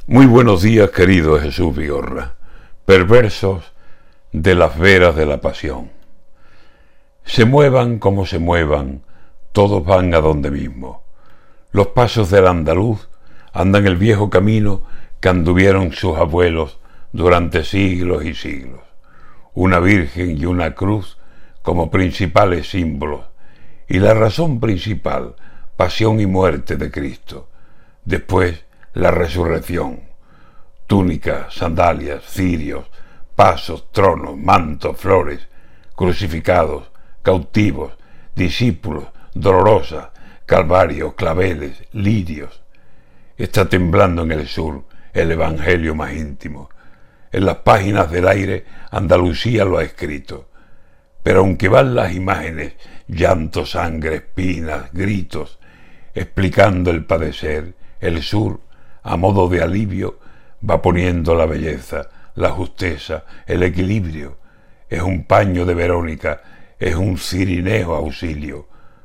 Muy buenos días, querido Jesús Vigorra, perversos de las veras de la pasión. Se muevan como se muevan, todos van a donde mismo. Los pasos del andaluz andan el viejo camino que anduvieron sus abuelos durante siglos y siglos. Una virgen y una cruz como principales símbolos, y la razón principal, pasión y muerte de Cristo. Después, la resurrección, túnicas, sandalias, cirios, pasos, tronos, mantos, flores, crucificados, cautivos, discípulos, dolorosa, calvarios, claveles, lirios. Está temblando en el sur el evangelio más íntimo. En las páginas del aire Andalucía lo ha escrito. Pero aunque van las imágenes, llanto, sangre, espinas, gritos, explicando el padecer, el sur, a modo de alivio, va poniendo la belleza, la justeza, el equilibrio. Es un paño de Verónica, es un cirineo auxilio.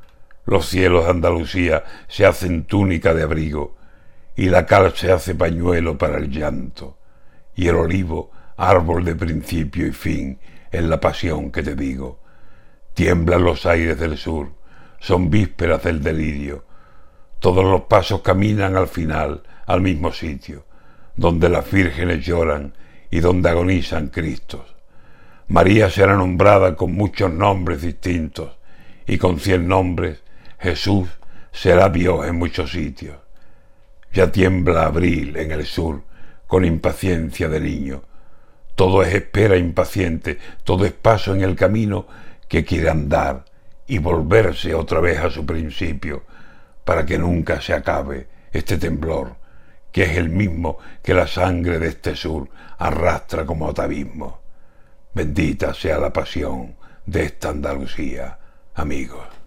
Los cielos de Andalucía se hacen túnica de abrigo, y la cal se hace pañuelo para el llanto, y el olivo, árbol de principio y fin, en la pasión que te digo. Tiemblan los aires del sur, son vísperas del delirio. Todos los pasos caminan al final, al mismo sitio, donde las vírgenes lloran y donde agonizan Cristos. María será nombrada con muchos nombres distintos, y con 100 nombres Jesús será Dios en muchos sitios. Ya tiembla abril en el sur, con impaciencia de niño. Todo es espera impaciente, todo es paso en el camino que quiere andar y volverse otra vez a su principio, para que nunca se acabe este temblor, que es el mismo que la sangre de este sur arrastra como atavismo. Bendita sea la pasión de esta Andalucía, amigos.